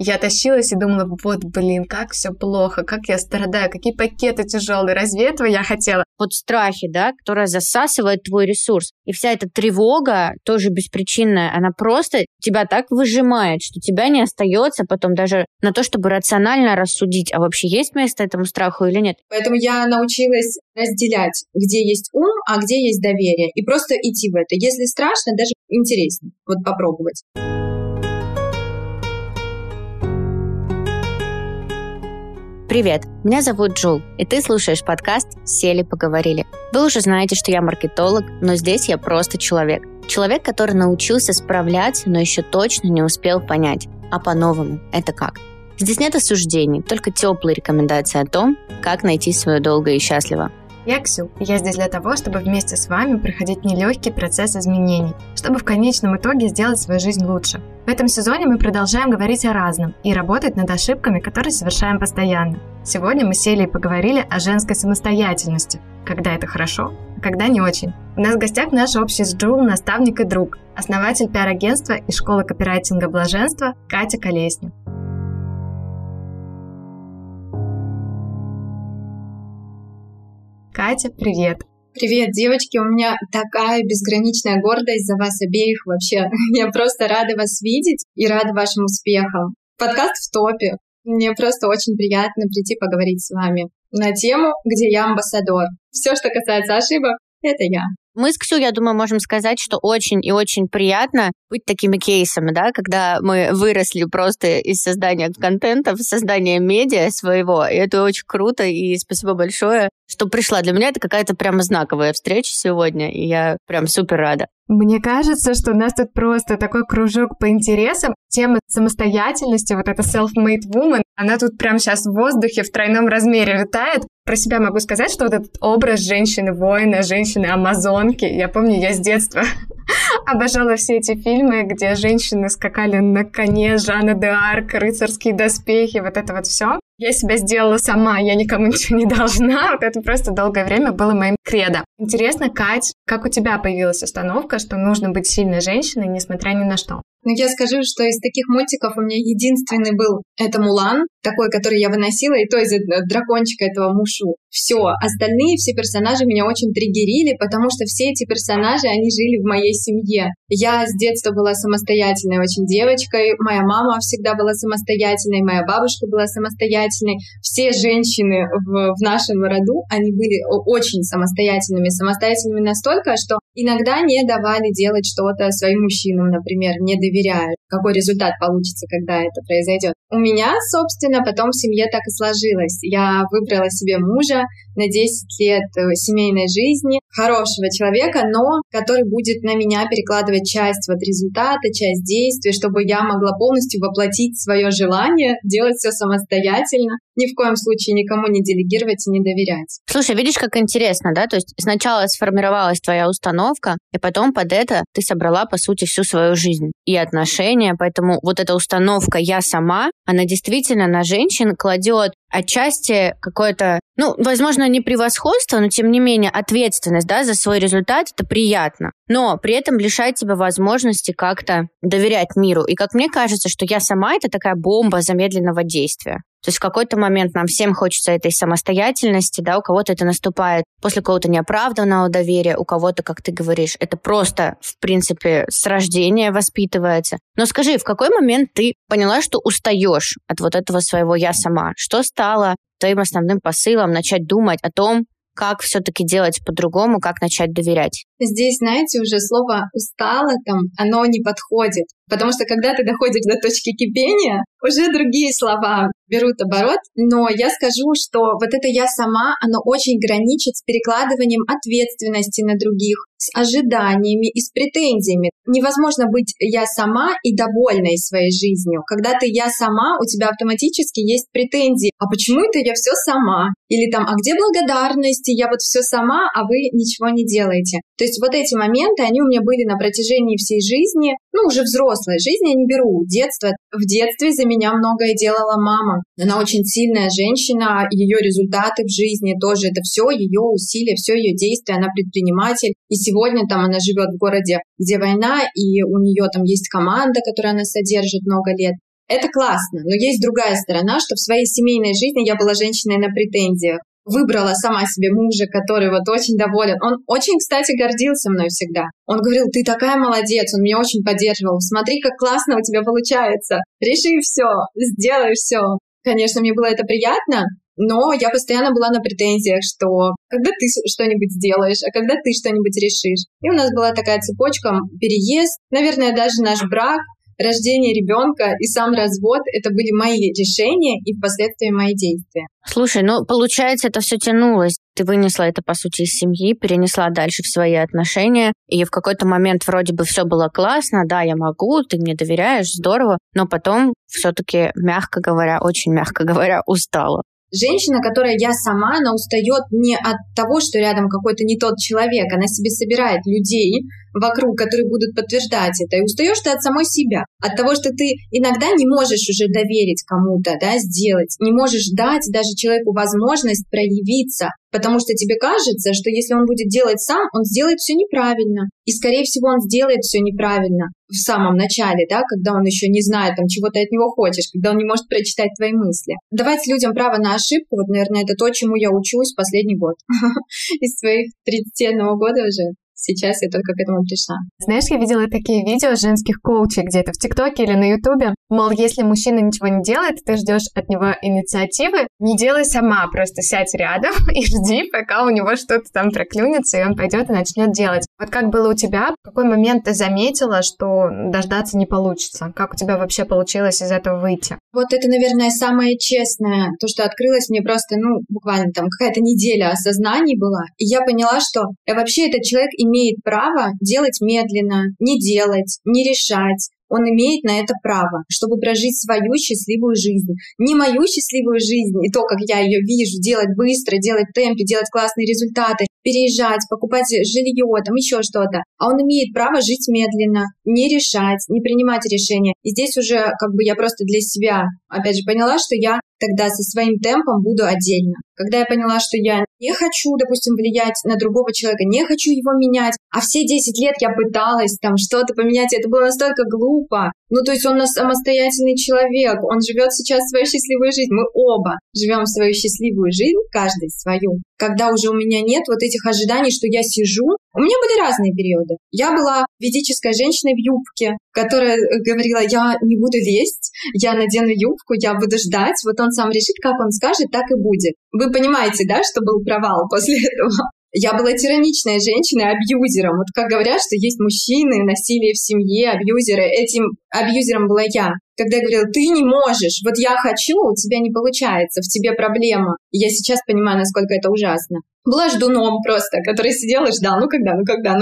Я тащилась и думала, вот, блин, как все плохо, как я страдаю, какие пакеты тяжелые, разве этого я хотела? Вот страхи, да, которые засасывают твой ресурс. И вся эта тревога, тоже беспричинная, она просто тебя так выжимает, что тебя не остается потом даже на то, чтобы рационально рассудить, а вообще есть место этому страху или нет. Поэтому я научилась разделять, где есть ум, а где есть доверие. И просто идти в это. Если страшно, даже интереснее. Вот попробовать. Привет, меня зовут Джул, и ты слушаешь подкаст «Сели, поговорили». Вы уже знаете, что я маркетолог, но здесь я просто человек. Человек, который научился справляться, но еще точно не успел понять, а по-новому это как. Здесь нет осуждений, только теплые рекомендации о том, как найти свое долго и счастливо. Я Ксю, и я здесь для того, чтобы вместе с вами проходить нелегкий процесс изменений, чтобы в конечном итоге сделать свою жизнь лучше. В этом сезоне мы продолжаем говорить о разном и работать над ошибками, которые совершаем постоянно. Сегодня мы сели и поговорили о женской самостоятельности. Когда это хорошо, а когда не очень. У нас в гостях наш общий с Джул наставник и друг, основатель пиар-агентства и школы копирайтинга «Блаженство» Катя Колесник. Катя, привет! Привет, девочки! У меня такая безграничная гордость за вас обеих вообще. Я просто рада вас видеть и рада вашим успехам. Подкаст в топе. Мне просто очень приятно прийти поговорить с вами на тему, где я амбассадор. Все, что касается ошибок, это я. Мы с Ксю, я думаю, можем сказать, что очень и очень приятно быть такими кейсами, да, когда мы выросли просто из создания контента в создание медиа своего, и это очень круто, и спасибо большое, что пришла. Для меня это какая-то прямо знаковая встреча сегодня, и я прям супер рада. Мне кажется, что у нас тут просто такой кружок по интересам. Тема самостоятельности, вот эта self-made woman, она тут прямо сейчас в воздухе в тройном размере летает. Про себя могу сказать, что вот этот образ женщины-воина, женщины-амазонки, я помню, я с детства обожала все эти фильмы, где женщины скакали на коне, Жанна д'Арк, рыцарские доспехи, вот это вот все. Я себя сделала сама, я никому ничего не должна. Вот это просто долгое время было моим кредо. Интересно, Кать, как у тебя появилась установка, что нужно быть сильной женщиной, несмотря ни на что? Ну, я скажу, что из таких мультиков у меня единственный был это Мулан, такой, который я выносила, и то из дракончика этого Мушу. Все, остальные все персонажи меня очень триггерили, потому что все эти персонажи, они жили в моей семье. Я с детства была самостоятельной очень девочкой, моя мама всегда была самостоятельной, моя бабушка была самостоятельной. Все женщины в нашем роду, они были очень самостоятельными настолько, что иногда не давали делать что-то своим мужчинам, например, не доверяют, какой результат получится, когда это произойдет. У меня, собственно, потом в семье так и сложилось. Я выбрала себе мужа на 10 лет семейной жизни, хорошего человека, но который будет на меня перекладывать часть вот результата, часть действий, чтобы я могла полностью воплотить свое желание, делать все самостоятельно, ни в коем случае никому не делегировать и не доверять. Слушай, видишь, как интересно, да? То есть сначала сформировалась твоя установка, и потом под это ты собрала, по сути, всю свою жизнь и отношения, поэтому вот эта установка «я сама», она действительно на женщин кладет отчасти какое-то, возможно, не превосходство, но тем не менее ответственность, да, за свой результат, это приятно. Но при этом лишает тебя возможности как-то доверять миру. И как мне кажется, что «я сама» — это такая бомба замедленного действия. То есть в какой-то момент нам всем хочется этой самостоятельности, да, у кого-то это наступает после какого-то неоправданного доверия, у кого-то, как ты говоришь, это просто, в принципе, с рождения воспитывается. Но скажи, в какой момент ты поняла, что устаешь от вот этого своего «я сама»? Что стало твоим основным посылом начать думать о том, как все-таки делать по-другому, как начать доверять? Здесь, знаете, уже слово «устала» оно не подходит. Потому что когда ты доходишь до точки кипения, уже другие слова берут оборот. Но я скажу, что вот это «я сама», оно очень граничит с перекладыванием ответственности на других, с ожиданиями и с претензиями. Невозможно быть «я сама» и довольной своей жизнью. Когда ты «я сама», у тебя автоматически есть претензии. А почему это я все сама? Или а где благодарность? Я вот все сама, а вы ничего не делаете. То есть вот эти моменты, они у меня были на протяжении всей жизни, уже взрослой жизни я не беру. Детство. В детстве за меня многое делала мама. Она очень сильная женщина, ее результаты в жизни тоже, это все ее усилия, все ее действия, она предприниматель. И сегодня она живет в городе, где война, и у нее есть команда, которая она содержит много лет. Это классно, но есть другая сторона, что в своей семейной жизни я была женщиной на претензиях. Выбрала сама себе мужа, который вот очень доволен. Он очень, кстати, гордился мной всегда. Он говорил: ты такая молодец, он меня очень поддерживал. Смотри, как классно у тебя получается. Реши все, сделай все. Конечно, мне было это приятно, но я постоянно была на претензиях, что когда ты что-нибудь сделаешь, а когда ты что-нибудь решишь. И у нас была такая цепочка: переезд, наверное, даже наш брак, рождение ребенка и сам развод — это были мои решения и впоследствии мои действия. Слушай, получается, это все тянулось. Ты вынесла это, по сути, из семьи, перенесла дальше в свои отношения, и в какой-то момент вроде бы все было классно, да, я могу, ты мне доверяешь, здорово, но потом все-таки, очень мягко говоря, устала. Женщина, которая я сама, она устает не от того, что рядом какой-то не тот человек, она себе собирает людей вокруг, которые будут подтверждать это. И устаешь ты от самой себя, от того, что ты иногда не можешь уже доверить кому-то, да, сделать, не можешь дать даже человеку возможность проявиться, потому что тебе кажется, что если он будет делать сам, он сделает все неправильно. И, скорее всего, он сделает все неправильно в самом начале, да, когда он еще не знает, там, чего ты от него хочешь, когда он не может прочитать твои мысли. Давать людям право на ошибку, вот, наверное, это то, чему я учусь последний год. Из своих 31 года уже. Сейчас я только к этому пришла. Знаешь, я видела такие видео женских коучей где-то в ТикТоке или на Ютубе. Мол, если мужчина ничего не делает, ты ждешь от него инициативы, не делай сама, просто сядь рядом и жди, пока у него что-то там проклюнется, и он пойдет и начнет делать. Вот как было у тебя? В какой момент ты заметила, что дождаться не получится? Как у тебя вообще получилось из этого выйти? Вот это, наверное, самое честное, то, что открылось мне просто, буквально там какая-то неделя осознаний была, и я поняла, что вообще этот человек имеет право делать медленно, не делать, не решать. Он имеет на это право, чтобы прожить свою счастливую жизнь. Не мою счастливую жизнь и то, как я ее вижу, делать быстро, делать в темпе, делать классные результаты, переезжать, покупать жилье, там еще что-то. А он имеет право жить медленно, не решать, не принимать решения. И здесь уже я просто для себя, опять же, поняла, что я тогда со своим темпом буду отдельно. Когда я поняла, что я не хочу, допустим, влиять на другого человека, не хочу его менять, а все 10 лет я пыталась там что-то поменять, это было настолько глупо. То есть он самостоятельный человек, он живет сейчас свою счастливую жизнь, мы оба живем свою счастливую жизнь, каждый свою. Когда уже у меня нет вот этих ожиданий, что я сижу, у меня были разные периоды. Я была ведической женщиной в юбке, которая говорила: я не буду лезть, я надену юбку, я буду ждать, вот он сам решит, как он скажет, так и будет. Вы понимаете, да, что был провал после этого? Я была тираничной женщиной, абьюзером. Вот как говорят, что есть мужчины, насилие в семье, абьюзеры. Этим абьюзером была я. Когда я говорила: ты не можешь, вот я хочу, у тебя не получается, в тебе проблема. И я сейчас понимаю, насколько это ужасно. Была ждуном просто, который сидел и ждал: ну когда.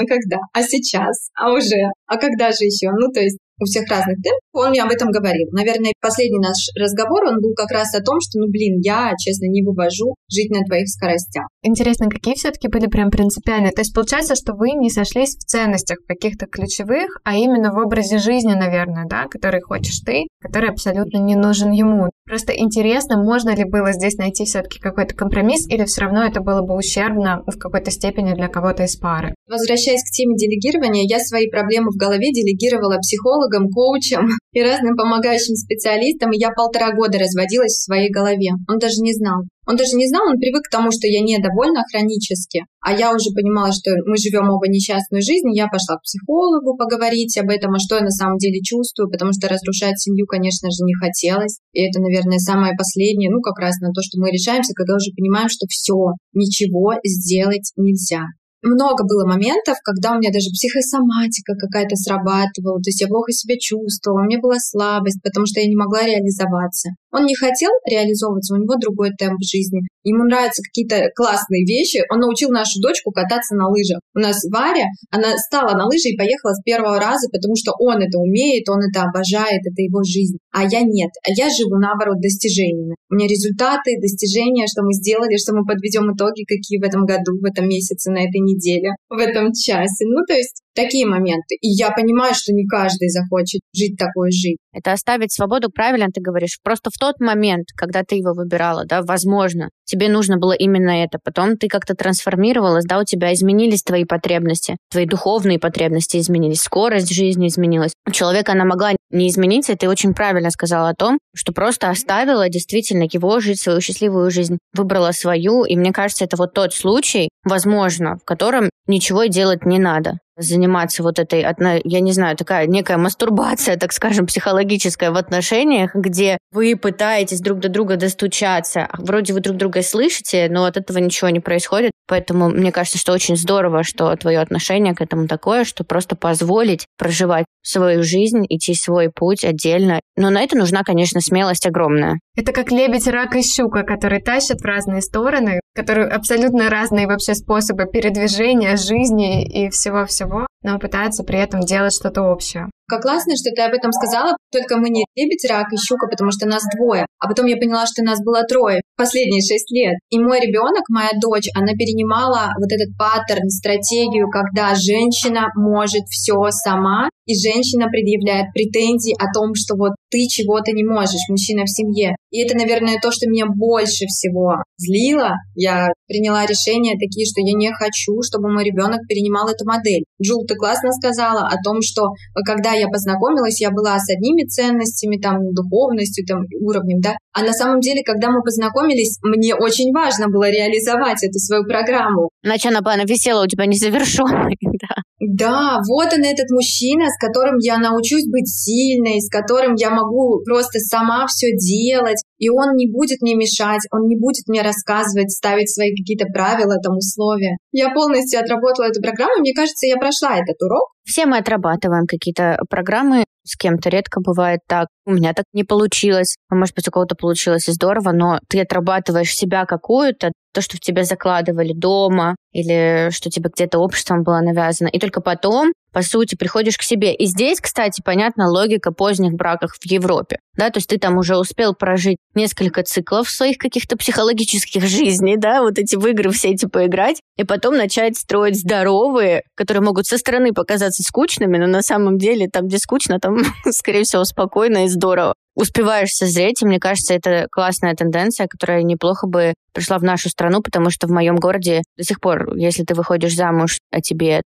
А сейчас? А уже? А когда же еще? То есть у всех разных темпов, он мне об этом говорил. Наверное, последний наш разговор, он был как раз о том, что, я, честно, не вывожу жить на твоих скоростях. Интересно, какие все-таки были прям принципиальные? То есть получается, что вы не сошлись в ценностях каких-то ключевых, а именно в образе жизни, наверное, да, который хочешь ты, который абсолютно не нужен ему. Просто интересно, можно ли было здесь найти все-таки какой-то компромисс, или все равно это было бы ущербно в какой-то степени для кого-то из пары? Возвращаясь к теме делегирования, я свои проблемы в голове делегировала психологам, коучам и разным помогающим специалистам, и я 1,5 года разводилась в своей голове. Он даже не знал. Он привык к тому, что я недовольна хронически, а я уже понимала, что мы живем оба несчастную жизнь, и я пошла к психологу поговорить об этом, а что я на самом деле чувствую, потому что разрушать семью, конечно же, не хотелось, и это, наверное, самое последнее, как раз на то, что мы решаемся, когда уже понимаем, что все, ничего сделать нельзя. Много было моментов, когда у меня даже психосоматика какая-то срабатывала, то есть я плохо себя чувствовала, у меня была слабость, потому что я не могла реализоваться. Он не хотел реализовываться, у него другой темп жизни. Ему нравятся какие-то классные вещи. Он научил нашу дочку кататься на лыжах. У нас Варя, она стала на лыжи и поехала с первого раза, потому что он это умеет, он это обожает, это его жизнь. А я нет. А я живу, наоборот, достижениями. У меня результаты, достижения, что мы сделали, что мы подведем итоги, какие в этом году, в этом месяце, на этой неделе, в этом часе. То есть Такие моменты. И я понимаю, что не каждый захочет жить такой жизнью. Это оставить свободу, правильно ты говоришь. Просто в тот момент, когда ты его выбирала, да, возможно, тебе нужно было именно это. Потом ты как-то трансформировалась, да, у тебя изменились твои потребности, твои духовные потребности изменились, скорость жизни изменилась. У человека она могла не измениться, и ты очень правильно сказала о том, что просто оставила действительно его жить свою счастливую жизнь, выбрала свою, и мне кажется, это вот тот случай, возможно, в котором ничего делать не надо. Заниматься вот этой, я не знаю, такая некая мастурбация, так скажем, психологическая в отношениях, где вы пытаетесь друг до друга достучаться. Вроде вы друг друга слышите, но от этого ничего не происходит. Поэтому мне кажется, что очень здорово, что твое отношение к этому такое, что просто позволить проживать свою жизнь, идти свой путь отдельно. Но на это нужна, конечно, смелость огромная. Это как лебедь, рак и щука, которые тащат в разные стороны, которые абсолютно разные вообще способы передвижения, жизни и всего-всего, но пытаются при этом делать что-то общее. Как классно, что ты об этом сказала, только мы не лебедь, рак и щука, потому что нас двое. А потом я поняла, что нас было трое последние 6 лет. И мой ребенок, моя дочь, она перенимала вот этот паттерн, стратегию, когда женщина может все сама, и женщина предъявляет претензии о том, что вот ты чего-то не можешь, мужчина в семье. И это, наверное, то, что меня больше всего злило. Я приняла решение такие, что я не хочу, чтобы мой ребенок перенимал эту модель. Джул, ты классно сказала о том, что когда я познакомилась, я была с одними ценностями, там, духовностью, там, уровнем, да. А на самом деле, когда мы познакомились, мне очень важно было реализовать эту свою программу. Иначе она висела у тебя незавершенной, да. Да, вот он этот мужчина, с которым я научусь быть сильной, с которым я могу просто сама все делать, и он не будет мне мешать, он не будет мне рассказывать, ставить свои какие-то правила, там, условия. Я полностью отработала эту программу, мне кажется, я прошла этот урок. Все мы отрабатываем какие-то программы, с кем-то редко бывает так. У меня так не получилось, может быть, у кого-то получилось и здорово, но ты отрабатываешь себя какую-то, то, что в тебя закладывали дома, или что тебе где-то обществом было навязано, и только потом, по сути, приходишь к себе. И здесь, кстати, понятна логика поздних браков в Европе. Да, то есть ты там уже успел прожить несколько циклов своих каких-то психологических жизней, да, вот эти в игры все эти поиграть, и потом начать строить здоровые, которые могут со стороны показаться скучными, но на самом деле там, где скучно, там, скорее всего, спокойно и здорово. Успеваешь созреть, и мне кажется, это классная тенденция, которая неплохо бы пришла в нашу страну, потому что в моем городе до сих пор, если ты выходишь замуж, а тебе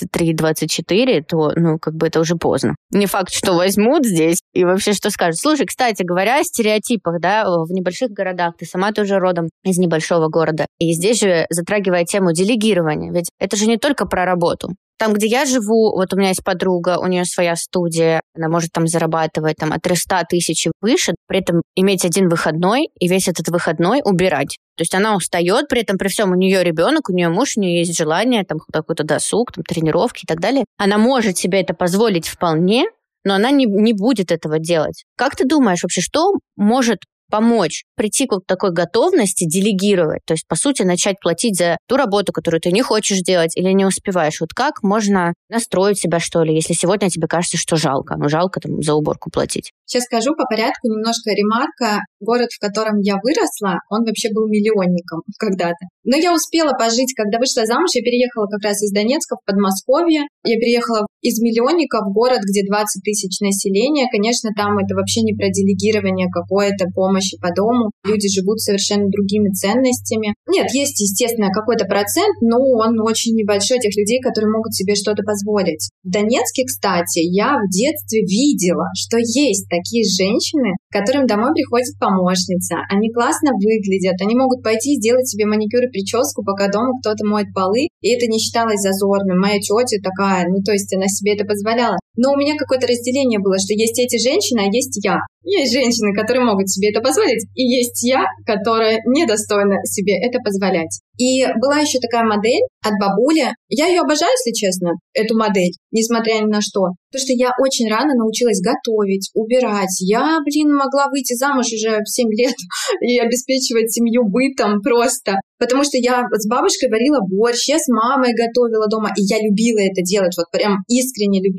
23-24, то, как бы это уже поздно. Не факт, что возьмут здесь и вообще что скажут. Слушай, кстати говоря, о стереотипах, да, в небольших городах, ты сама тоже родом из небольшого города, и здесь же затрагивая тему делегирования, ведь это же не только про работу. Там, где я живу, вот у меня есть подруга, у нее своя студия, она может там зарабатывать там, от 300 тысяч и выше, при этом иметь один выходной и весь этот выходной убирать. То есть она устает, при этом при всем у нее ребенок, у нее муж, у нее есть желание, там какой-то досуг, там, тренировки и так далее. Она может себе это позволить вполне, но она не будет этого делать. Как ты думаешь вообще, что может помочь прийти к такой готовности делегировать, то есть, по сути, начать платить за ту работу, которую ты не хочешь делать или не успеваешь. Вот как можно настроить себя, что ли, если сегодня тебе кажется, что жалко, жалко там за уборку платить? Сейчас скажу по порядку немножко ремарка. Город, в котором я выросла, он вообще был миллионником когда-то. Но я успела пожить, когда вышла замуж, я переехала как раз из Донецка в Подмосковье. Я переехала из миллионника в город, где 20 тысяч населения. Конечно, там это вообще не про делегирование какой-то помощи по дому. Люди живут совершенно другими ценностями. Нет, есть, естественно, какой-то процент, но он очень небольшой тех людей, которые могут себе что-то позволить. В Донецке, кстати, я в детстве видела, что есть такие женщины, которым домой приходит помощница. Они классно выглядят, они могут пойти и сделать себе маникюр и прическу, пока дома кто-то моет полы, и это не считалось зазорным. Моя тетя такая, то есть она себе это позволяла. Но у меня какое-то разделение было, что есть эти женщины, а есть я. Есть женщины, которые могут себе это позволить, и есть я, которая недостойна себе это позволять. И была еще такая модель от бабули. Я ее обожаю, если честно, эту модель, несмотря ни на что. Потому что я очень рано научилась готовить, убирать. Я, могла выйти замуж уже в 7 лет и обеспечивать семью бытом просто. Потому что я с бабушкой варила борщ, я с мамой готовила дома, и я любила это делать, вот прям искренне любила. В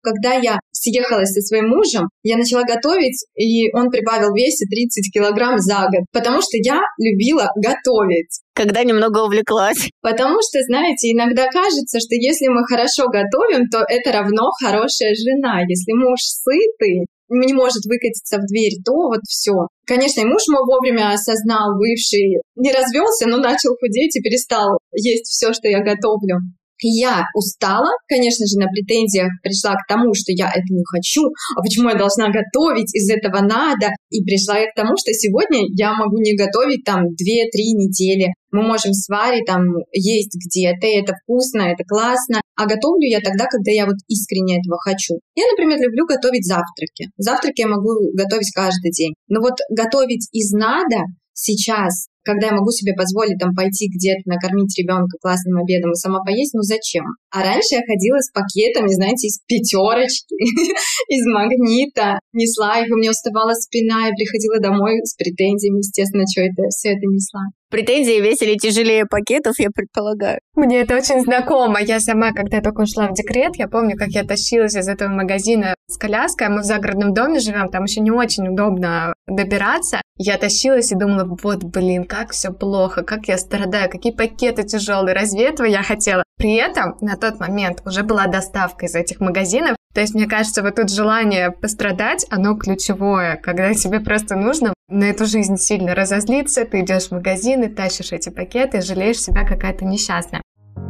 когда я съехалась со своим мужем, я начала готовить, и он прибавил в весе 30 килограмм за год, потому что я любила готовить. Когда немного увлеклась. Потому что, знаете, иногда кажется, что если мы хорошо готовим, то это равно хорошая жена. Если муж сытый, не может выкатиться в дверь, то вот все. Конечно, и муж мой вовремя осознал, бывший, не развелся, но начал худеть и перестал есть все, что я готовлю. Я устала, конечно же, на претензиях пришла к тому, что я это не хочу, а почему я должна готовить, из этого надо. И пришла я к тому, что сегодня я могу не готовить там 2-3 недели. Мы можем с Варей там есть где-то, и это вкусно, это классно. А готовлю я тогда, когда я вот искренне этого хочу. Я, например, люблю готовить завтраки. Завтраки я могу готовить каждый день. Но вот готовить из надо сейчас, когда я могу себе позволить там пойти где-то накормить ребенка классным обедом и сама поесть, ну зачем? А раньше я ходила с пакетами, знаете, из Пятерочки, из Магнита, несла их, у меня уставала спина, и приходила домой с претензиями, естественно, что это все это несла. Претензии весили тяжелее пакетов, я предполагаю. Мне это очень знакомо. Я сама, когда только ушла в декрет, я помню, как я тащилась из этого магазина с коляской. Мы в загородном доме живем, там еще не очень удобно добираться. Я тащилась и думала, вот, блин, как все плохо, как я страдаю, какие пакеты тяжелые. Разве этого я хотела? При этом на тот момент уже была доставка из этих магазинов. То есть, мне кажется, вот тут желание пострадать, оно ключевое, когда тебе просто нужно на эту жизнь сильно разозлиться, ты идешь в магазин и тащишь эти пакеты, и жалеешь себя какая-то несчастная.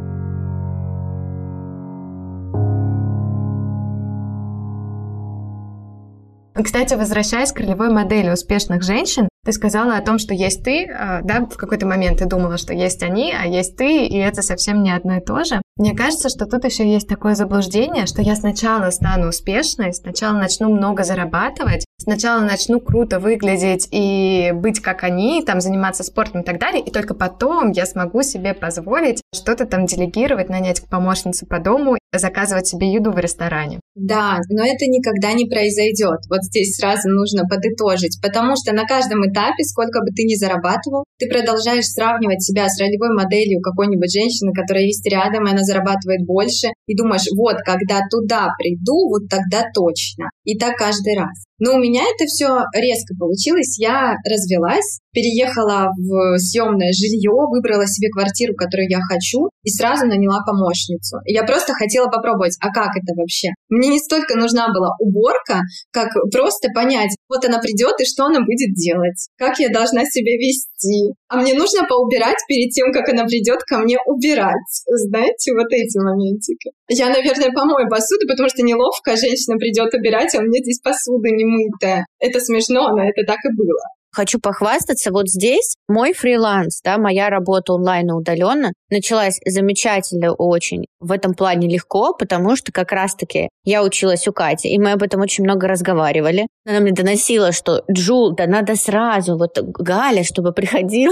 Кстати, возвращаясь к ролевой модели успешных женщин, ты сказала о том, что есть ты, да, в какой-то момент ты думала, что есть они, а есть ты, и это совсем не одно и то же. Мне кажется, что тут еще есть такое заблуждение, что я сначала стану успешной, сначала начну много зарабатывать, сначала начну круто выглядеть и быть как они, там, заниматься спортом и так далее, и только потом я смогу себе позволить что-то там делегировать, нанять помощницу по дому, заказывать себе еду в ресторане. Да, но это никогда не произойдет. Вот здесь сразу нужно подытожить, потому что на каждом этапе, сколько бы ты ни зарабатывал, ты продолжаешь сравнивать себя с ролевой моделью какой-нибудь женщины, которая есть рядом, и она зарабатывает больше, и думаешь, вот, когда туда приду, вот тогда точно. И так каждый раз. Но у меня это все резко получилось. Я развелась, переехала в съемное жилье, выбрала себе квартиру, которую я хочу, и сразу наняла помощницу. И я просто хотела попробовать, а как это вообще? Мне не столько нужна была уборка, как просто понять, вот она придет и что она будет делать, как я должна себя вести. А мне нужно поубирать перед тем, как она придет ко мне убирать. Знаете, вот эти моментики. Я, наверное, помою посуду, потому что неловко, женщина придет убирать, а у меня здесь посуда не мытая. Это смешно, но это так и было. Хочу похвастаться, вот здесь мой фриланс, да, моя работа онлайн и удаленно началась замечательно очень. В этом плане легко, потому что как раз-таки я училась у Кати, и мы об этом очень много разговаривали. Она мне доносила, что Джул, да надо сразу, вот Галя, чтобы приходила,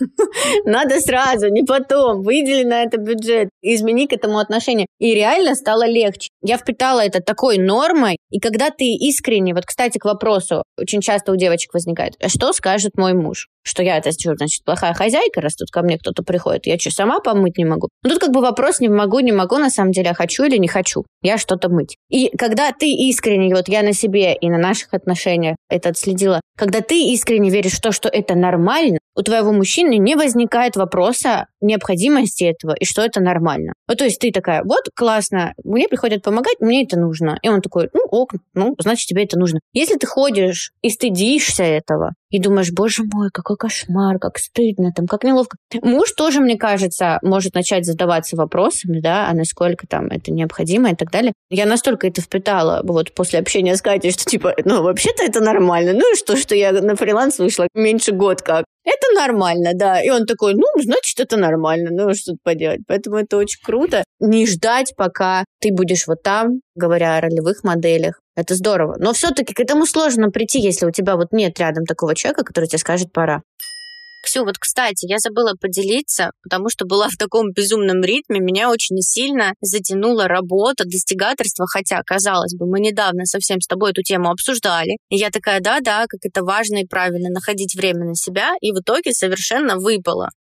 надо сразу, не потом, выдели на это бюджет, измени к этому отношение. И реально стало легче. Я впитала это такой нормой, и когда ты искренне, вот, кстати, к вопросу, очень часто у девочек возникает, что скажет мой муж? Что я, это что, значит, плохая хозяйка, раз тут ко мне кто-то приходит, я что, сама помыть не могу? Ну, тут как бы вопрос не могу, на самом деле, а хочу или не хочу я что-то мыть. И когда ты искренне, вот я на себе и на наших отношениях это отследила, когда ты искренне веришь в то, что это нормально, у твоего мужчины не возникает вопроса необходимости этого и что это нормально. Ну, то есть ты такая, вот, классно, мне приходят помогать, мне это нужно. И он такой, ну, ок, ну, значит, тебе это нужно. Если ты ходишь и стыдишься этого, и думаешь, боже мой, какой кошмар, как стыдно, там, как неловко. Муж тоже, мне кажется, может начать задаваться вопросами, да, а насколько там это необходимо и так далее. Я настолько это впитала вот после общения с Катей, что типа, ну, вообще-то это нормально. Ну и что я на фриланс вышла меньше год как. Это нормально, да. И он такой, ну, значит, это нормально, ну, что тут поделать. Поэтому это очень круто. Не ждать, пока ты будешь вот там, говоря о ролевых моделях. Это здорово. Но все-таки к этому сложно прийти, если у тебя вот нет рядом такого человека, который тебе скажет «пора». Ксю, вот, кстати, я забыла поделиться, потому что была в таком безумном ритме, меня очень сильно затянула работа, достигаторство, хотя, казалось бы, мы недавно совсем с тобой эту тему обсуждали. И я такая, да, как это важно и правильно находить время на себя, и в итоге совершенно выпало.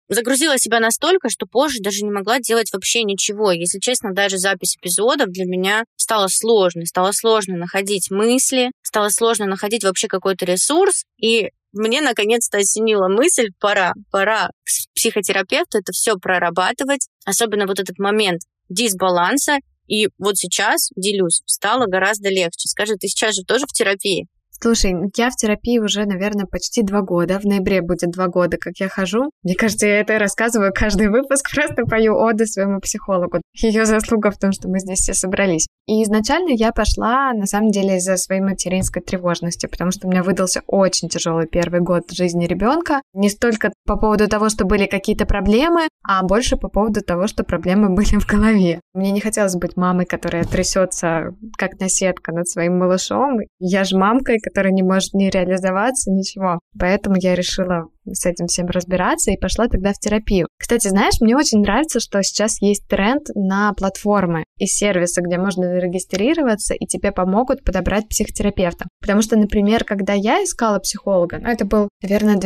загрузила себя настолько, что позже даже не могла делать вообще ничего. Если честно, даже запись эпизодов для меня стало сложно. Стало сложно находить мысли, стало сложно находить вообще какой-то ресурс. И мне наконец-то осенила мысль, пора к психотерапевту это все прорабатывать. Особенно вот этот момент дисбаланса. И вот сейчас, делюсь, стало гораздо легче. Скажи, ты сейчас же тоже в терапии? Слушай, я в терапии уже, наверное, почти 2 года. В ноябре будет 2 года, как я хожу. Мне кажется, я это рассказываю каждый выпуск, просто пою оды своему психологу. Ее заслуга в том, что мы здесь все собрались. И изначально я пошла, на самом деле, из-за своей материнской тревожности, потому что у меня выдался очень тяжелый первый год жизни ребенка. Не столько по поводу того, что были какие-то проблемы, а больше по поводу того, что проблемы были в голове. Мне не хотелось быть мамой, которая трясется как наседка над своим малышом. Я же мамка, которая не может ни реализоваться, ничего. Поэтому я решила с этим всем разбираться и пошла тогда в терапию. Кстати, знаешь, мне очень нравится, что сейчас есть тренд на платформы и сервисы, где можно зарегистрироваться, и тебе помогут подобрать психотерапевта. Потому что, например, когда я искала психолога, это был, наверное,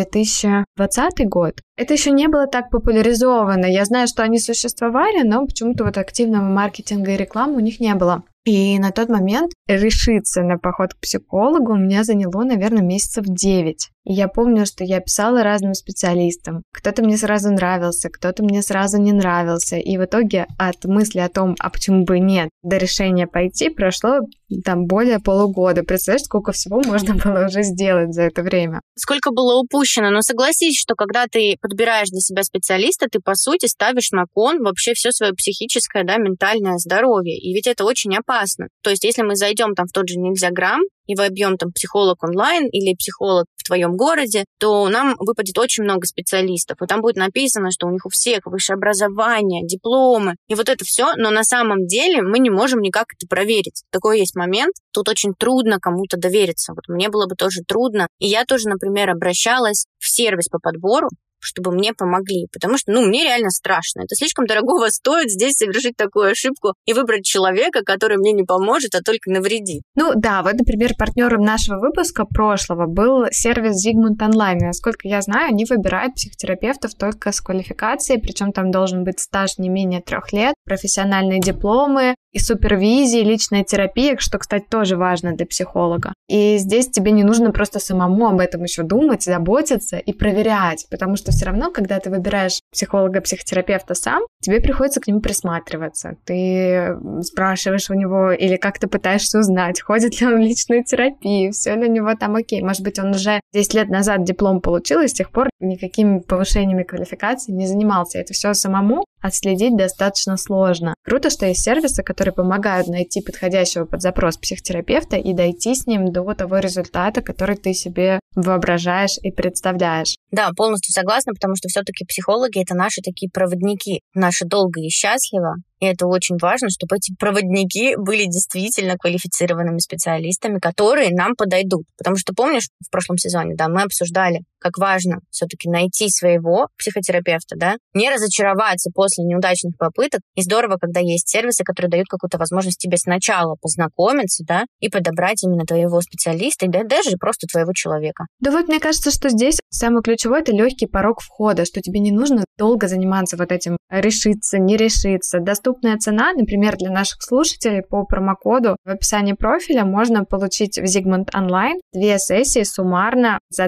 2020 год, это еще не было так популяризовано. Я знаю, что они существовали, но почему-то вот активного маркетинга и рекламы у них не было. И на тот момент решиться на поход к психологу у меня заняло, наверное, месяцев 9. И я помню, что я писала разным специалистам. Кто-то мне сразу нравился, кто-то мне сразу не нравился. И в итоге от мысли о том, а почему бы нет, до решения пойти прошло там более полугода. Представляешь, сколько всего можно было уже сделать за это время. Сколько было упущено. Но согласись, что когда ты подбираешь для себя специалиста, ты, по сути, ставишь на кон вообще все свое психическое, ментальное здоровье. И ведь это очень опасно. То есть, если мы зайдем там в тот же Нельзяграм и вобьем там психолог онлайн или психолог в твоем городе, то нам выпадет очень много специалистов. И там будет написано, что у них у всех высшее образование, дипломы и вот это все. Но на самом деле мы не можем никак это проверить. Такой есть момент. Тут очень трудно кому-то довериться. Вот мне было бы тоже трудно. И я тоже, например, обращалась в сервис по подбору, чтобы мне помогли. Потому что, мне реально страшно. Это слишком дорогого стоит здесь совершить такую ошибку и выбрать человека, который мне не поможет, а только навредит. Вот, например, партнером нашего выпуска прошлого был сервис Zigmund Online. Насколько я знаю, они выбирают психотерапевтов только с квалификацией, причем там должен быть стаж не менее 3 лет, профессиональные дипломы и супервизии, личная терапия, что, кстати, тоже важно для психолога. И здесь тебе не нужно просто самому об этом еще думать, заботиться и проверять, потому что все равно, когда ты выбираешь психолога-психотерапевта сам, тебе приходится к нему присматриваться. Ты спрашиваешь у него или как-то пытаешься узнать, ходит ли он в личную терапию, все ли у него там окей. Может быть, он уже 10 лет назад диплом получил и с тех пор никакими повышениями квалификации не занимался. Это все самому отследить достаточно сложно. Круто, что есть сервисы, которые помогают найти подходящего под запрос психотерапевта и дойти с ним до того результата, который ты себе воображаешь и представляешь. Да, полностью согласна, потому что все-таки психологи — это наши такие проводники, наши долго и счастливо. И это очень важно, чтобы эти проводники были действительно квалифицированными специалистами, которые нам подойдут. Потому что, помнишь, в прошлом сезоне, мы обсуждали, как важно все-таки найти своего психотерапевта, не разочароваться после неудачных попыток. И здорово, когда есть сервисы, которые дают какую-то возможность тебе сначала познакомиться, и подобрать именно твоего специалиста, и даже просто твоего человека. Мне кажется, что здесь самое ключевое — это легкий порог входа, что тебе не нужно долго заниматься вот этим решиться, не решиться. Доступная цена, например, для наших слушателей по промокоду в описании профиля можно получить в Zigmund Online 2 сессии суммарно за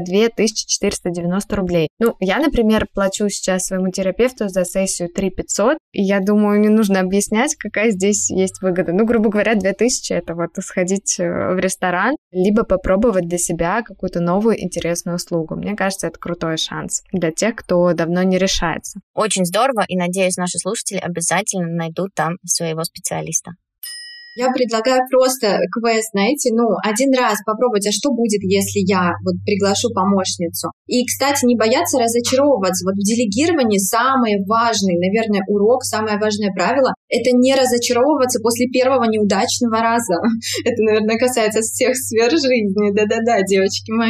2490 рублей. Я, например, плачу сейчас своему терапевту за сессию 3500, и я думаю, не нужно объяснять, какая здесь есть выгода. Грубо говоря, 2000 — это сходить в ресторан, либо попробовать для себя какую-то новую интересную услугу. Мне кажется, это крутой шанс для тех, кто давно не решается. Очень здорово, и надеюсь, наши слушатели обязательно найдут там своего специалиста. Я предлагаю просто квест, один раз попробовать, а что будет, если я приглашу помощницу. И, кстати, не бояться разочаровываться. В делегировании самый важный, наверное, урок, самое важное правило — это не разочаровываться после первого неудачного раза. Это, наверное, касается всех сфер жизни. Да-да-да, девочки мои.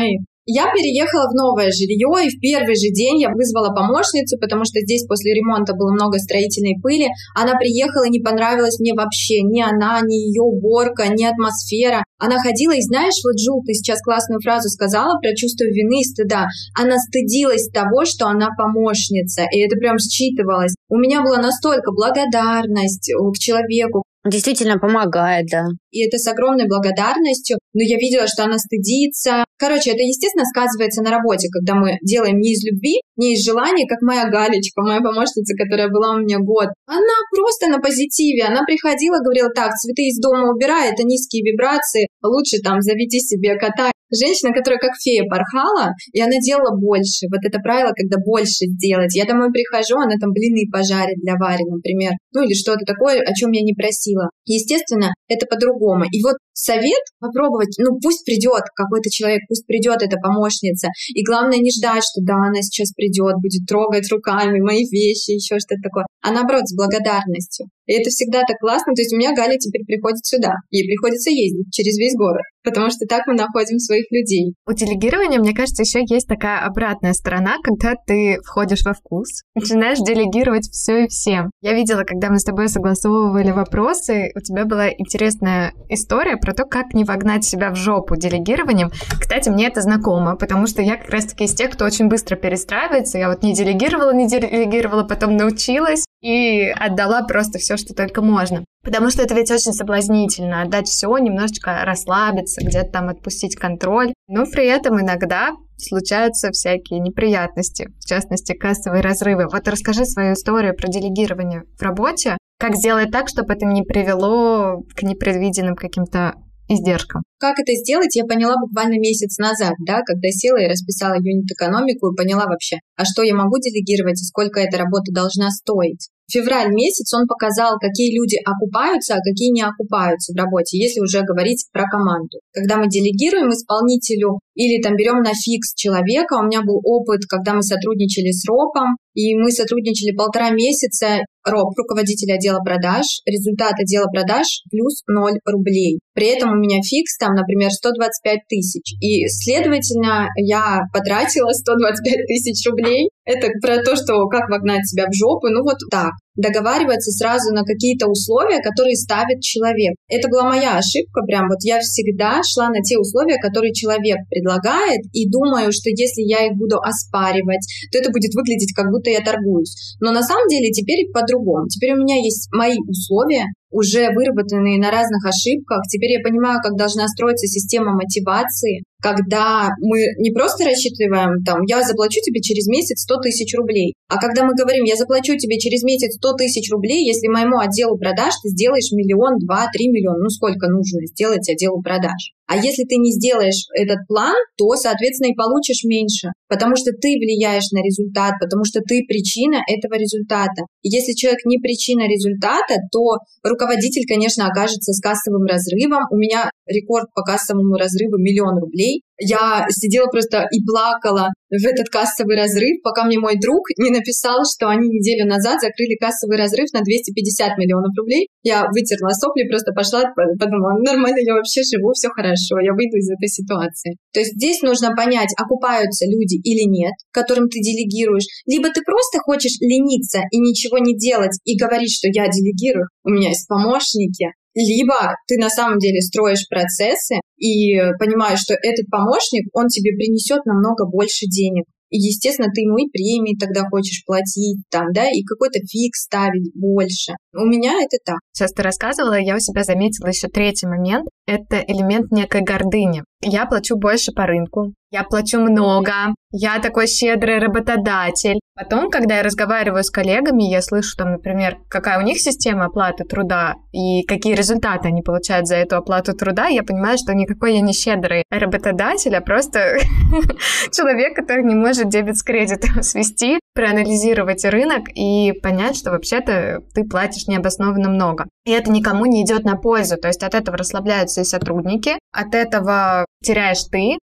Я переехала в новое жилье, и в первый же день я вызвала помощницу, потому что здесь после ремонта было много строительной пыли. Она приехала, не понравилась мне вообще ни она, ни ее уборка, ни атмосфера. Она ходила, и знаешь, вот, Жул, ты сейчас классную фразу сказала про чувство вины и стыда. Она стыдилась того, что она помощница, и это прям считывалось. У меня была настолько благодарность к человеку. Действительно помогает, да. И это с огромной благодарностью. Но я видела, что она стыдится. Короче, это, естественно, сказывается на работе, когда мы делаем не из любви, не из желания, как моя Галечка, моя помощница, которая была у меня год. Она просто на позитиве. Она приходила, говорила, так, цветы из дома убирай, это низкие вибрации, лучше там заведи себе кота. Женщина, которая как фея порхала, и она делала больше. Вот это правило, когда больше сделать. Я домой прихожу, она там блины пожарит для Вари, например. Ну или что-то такое, о чем я не просила. Естественно, это по-другому. И вот совет попробовать, пусть придет какой-то человек, пусть придет эта помощница. И главное не ждать, что да, она сейчас придет, будет трогать руками мои вещи, еще что-то такое. А наоборот, с благодарностью. И это всегда так классно. То есть у меня Галя теперь приходит сюда. Ей приходится ездить через весь город, потому что так мы находим своих людей. У делегирования, мне кажется, еще есть такая обратная сторона, когда ты входишь во вкус, начинаешь делегировать все и всем. Я видела, когда мы с тобой согласовывали вопросы, у тебя была интересная история про то, как не вогнать себя в жопу делегированием. Кстати, мне это знакомо, потому что я как раз-таки из тех, кто очень быстро перестраивается. Я вот не делегировала, потом научилась и отдала просто все, что только можно. Потому что это ведь очень соблазнительно, отдать все, немножечко расслабиться, где-то там отпустить контроль. Но при этом иногда случаются всякие неприятности, в частности, кассовые разрывы. Вот расскажи свою историю про делегирование в работе. Как сделать так, чтобы это не привело к непредвиденным каким-то издержкам? Как это сделать, я поняла буквально месяц назад, когда села и расписала юнит-экономику и поняла вообще, а что я могу делегировать и сколько эта работа должна стоить. Февраль месяц он показал, какие люди окупаются, а какие не окупаются в работе, если уже говорить про команду. Когда мы делегируем исполнителю или там берем на фикс человека, у меня был опыт, когда мы сотрудничали с Робом, и мы сотрудничали 1,5 месяца. Роб, руководитель отдела продаж, результат отдела продаж плюс 0 рублей. При этом у меня фикс там, например, 125 тысяч. И, следовательно, я потратила 125 тысяч рублей. Это про то, что как вогнать себя в жопу. Вот так. Договариваться сразу на какие-то условия, которые ставит человек. Это была моя ошибка. Прям вот я всегда шла на те условия, которые человек предлагает, и думаю, что если я их буду оспаривать, то это будет выглядеть, как будто я торгуюсь. Но на самом деле теперь по-другому. Теперь у меня есть мои условия, уже выработанные на разных ошибках. Теперь я понимаю, как должна строиться система мотивации, когда мы не просто рассчитываем, я заплачу тебе через месяц 100 тысяч рублей, а когда мы говорим, я заплачу тебе через месяц 100 тысяч рублей, если моему отделу продаж ты сделаешь 1, 2, 3 миллиона, сколько нужно сделать отделу продаж. А если ты не сделаешь этот план, то, соответственно, и получишь меньше, потому что ты влияешь на результат, потому что ты причина этого результата. И если человек не причина результата, то руководитель, конечно, окажется с кассовым разрывом. У меня рекорд по кассовому разрыву 1 000 000 рублей. Я сидела просто и плакала в этот кассовый разрыв, пока мне мой друг не написал, что они неделю назад закрыли кассовый разрыв на 250 миллионов рублей. Я вытерла сопли, просто пошла, подумала, нормально, я вообще живу, все хорошо, я выйду из этой ситуации. То есть здесь нужно понять, окупаются люди или нет, которым ты делегируешь. Либо ты просто хочешь лениться и ничего не делать и говорить, что я делегирую, у меня есть помощники. Либо ты на самом деле строишь процессы и понимаешь, что этот помощник, он тебе принесет намного больше денег. И, естественно, ты ему и премии тогда хочешь платить, и какой-то фикс ставить больше. У меня это так. Сейчас ты рассказывала, я у себя заметила еще третий момент. Это элемент некой гордыни. Я плачу больше по рынку, я плачу много, я такой щедрый работодатель. Потом, когда я разговариваю с коллегами, я слышу например, какая у них система оплаты труда и какие результаты они получают за эту оплату труда, я понимаю, что никакой я не щедрый работодатель, а просто человек, который не может дебет с кредитом свести, проанализировать рынок и понять, что вообще-то ты платишь необоснованно много. И это никому не идет на пользу. То есть от этого расслабляются и сотрудники, от этого теряешь ты,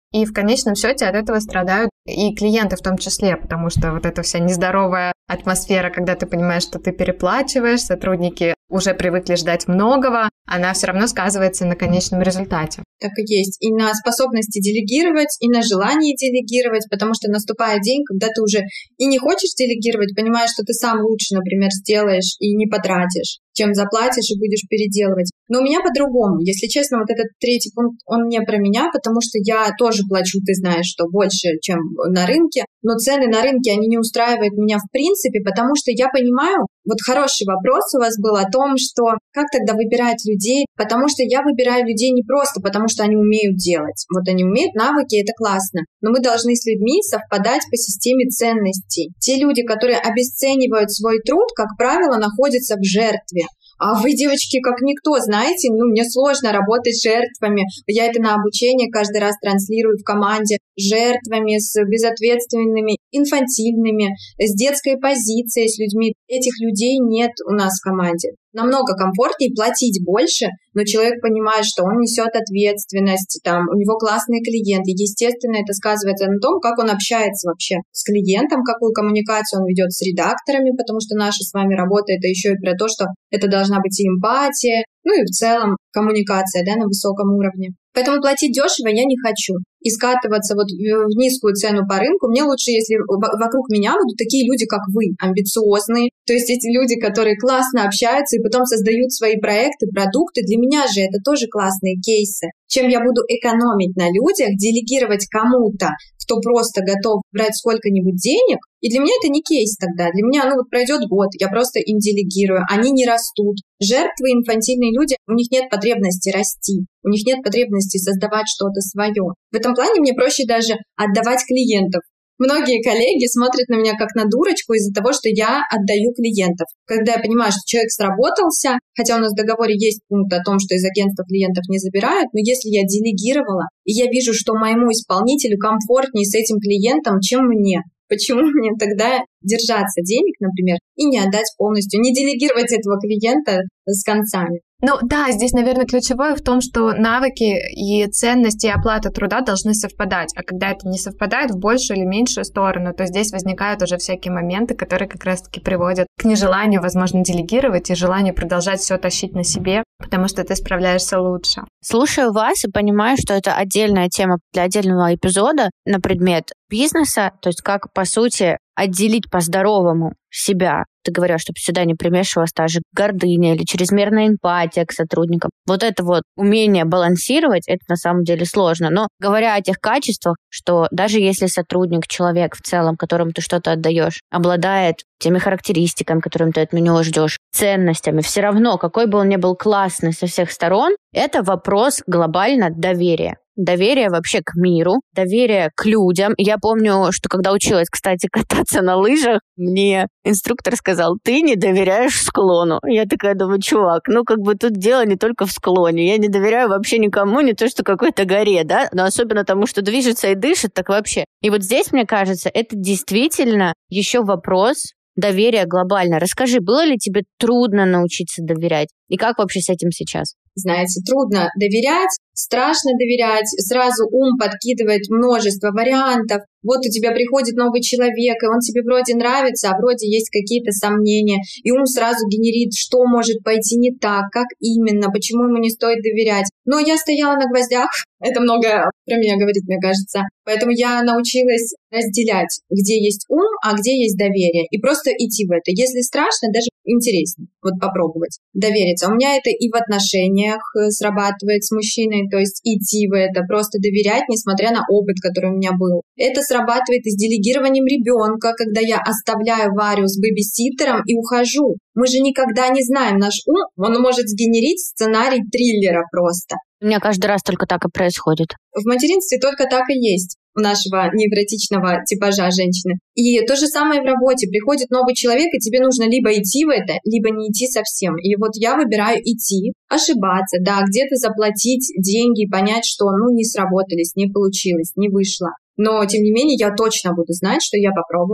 И в конечном счете от этого страдают и клиенты в том числе, потому что вот эта вся нездоровая атмосфера, когда ты понимаешь, что ты переплачиваешь, сотрудники уже привыкли ждать многого, она все равно сказывается на конечном результате. Так и есть. И на способности делегировать, и на желании делегировать, потому что наступает день, когда ты уже и не хочешь делегировать, понимаешь, что ты сам лучше, например, сделаешь и не потратишь, чем заплатишь и будешь переделывать. Но у меня по-другому. Если честно, вот этот третий пункт, он не про меня, потому что я тоже плачу, ты знаешь, что больше, чем на рынке, но цены на рынке, они не устраивают меня в принципе, потому что я понимаю, вот хороший вопрос у вас был о том, что как тогда выбирать людей, потому что я выбираю людей не просто потому, что они умеют делать. Вот они умеют навыки, это классно, но мы должны с людьми совпадать по системе ценностей. Те люди, которые обесценивают свой труд, как правило, находятся в жертве. А вы, девочки, как никто, знаете, мне сложно работать с жертвами. Я это на обучении каждый раз транслирую в команде. Жертвами, с безответственными, инфантильными, с детской позицией, с людьми. Этих людей нет у нас в команде. Намного комфортнее платить больше, но человек понимает, что он несет ответственность, у него классные клиенты. Естественно, это сказывается на том, как он общается вообще с клиентом, какую коммуникацию он ведет с редакторами, потому что наша с вами работа — это еще и про то, что это должна быть и эмпатия, и в целом коммуникация, на высоком уровне. Поэтому платить дешево я не хочу. И скатываться вот в низкую цену по рынку. Мне лучше, если вокруг меня будут такие люди, как вы, амбициозные. То есть эти люди, которые классно общаются и потом создают свои проекты, продукты. Для меня же это тоже классные кейсы. Чем я буду экономить на людях, делегировать кому-то, кто просто готов брать сколько-нибудь денег. И для меня это не кейс тогда. Для меня, пройдет год, я просто им делегирую, они не растут. Жертвы, инфантильные люди, у них нет потребности расти, у них нет потребности создавать что-то свое. В этом плане мне проще даже отдавать клиентов. Многие коллеги смотрят на меня как на дурочку из-за того, что я отдаю клиентов. Когда я понимаю, что человек сработался, хотя у нас в договоре есть пункт о том, что из агентства клиентов не забирают, но если я делегировала, и я вижу, что моему исполнителю комфортнее с этим клиентом, чем мне, почему мне тогда держаться денег, например, и не отдать полностью, не делегировать этого клиента с концами? Да, здесь, наверное, ключевое в том, что навыки и ценности и оплата труда должны совпадать, а когда это не совпадает в большую или меньшую сторону, то здесь возникают уже всякие моменты, которые как раз-таки приводят к нежеланию, возможно, делегировать и желанию продолжать все тащить на себе, потому что ты справляешься лучше. Слушаю вас и понимаю, что это отдельная тема для отдельного эпизода на предмет бизнеса, то есть как, по сути, отделить по-здоровому себя. Ты говоришь, чтобы сюда не примешивалась та же гордыня или чрезмерная эмпатия к сотрудникам. Вот это вот умение балансировать, это на самом деле сложно. Но говоря о тех качествах, что даже если сотрудник, человек в целом, которому ты что-то отдаешь, обладает теми характеристиками, которыми ты от него ждешь, ценностями, все равно, какой бы он ни был классный со всех сторон, это вопрос глобально доверия. Доверие вообще к миру, доверие к людям. Я помню, что когда училась, кстати, кататься на лыжах, мне инструктор сказал: ты не доверяешь склону. Я такая думаю: чувак, тут дело не только в склоне. Я не доверяю вообще никому, не то что какой-то горе, да, но особенно тому, что движется и дышит, так вообще. И вот здесь, мне кажется, это действительно еще вопрос доверия глобально. Расскажи, было ли тебе трудно научиться доверять? И как вообще с этим сейчас? Знаете, трудно доверять, страшно доверять, сразу ум подкидывает множество вариантов. Вот у тебя приходит новый человек, и он тебе вроде нравится, а вроде есть какие-то сомнения, и ум сразу генерит, что может пойти не так, как именно, почему ему не стоит доверять. Но я стояла на гвоздях, это многое про меня говорит, мне кажется. Поэтому я научилась разделять, где есть ум, а где есть доверие, и просто идти в это. Если страшно, даже интересно попробовать довериться. У меня это и в отношениях срабатывает с мужчиной, то есть идти в это, просто доверять, несмотря на опыт, который у меня был. Это срабатывает и с делегированием ребенка, когда я оставляю Варю с бэбиситером и ухожу. Мы же никогда не знаем, наш ум, он может сгенерить сценарий триллера просто. У меня каждый раз только так и происходит. В материнстве только так и есть у нашего невротичного типажа женщины. И то же самое в работе. Приходит новый человек, и тебе нужно либо идти в это, либо не идти совсем. И вот я выбираю идти, ошибаться, да, где-то заплатить деньги и понять, что не сработались, не получилось, не вышло. Но, тем не менее, я точно буду знать, что я попробовала,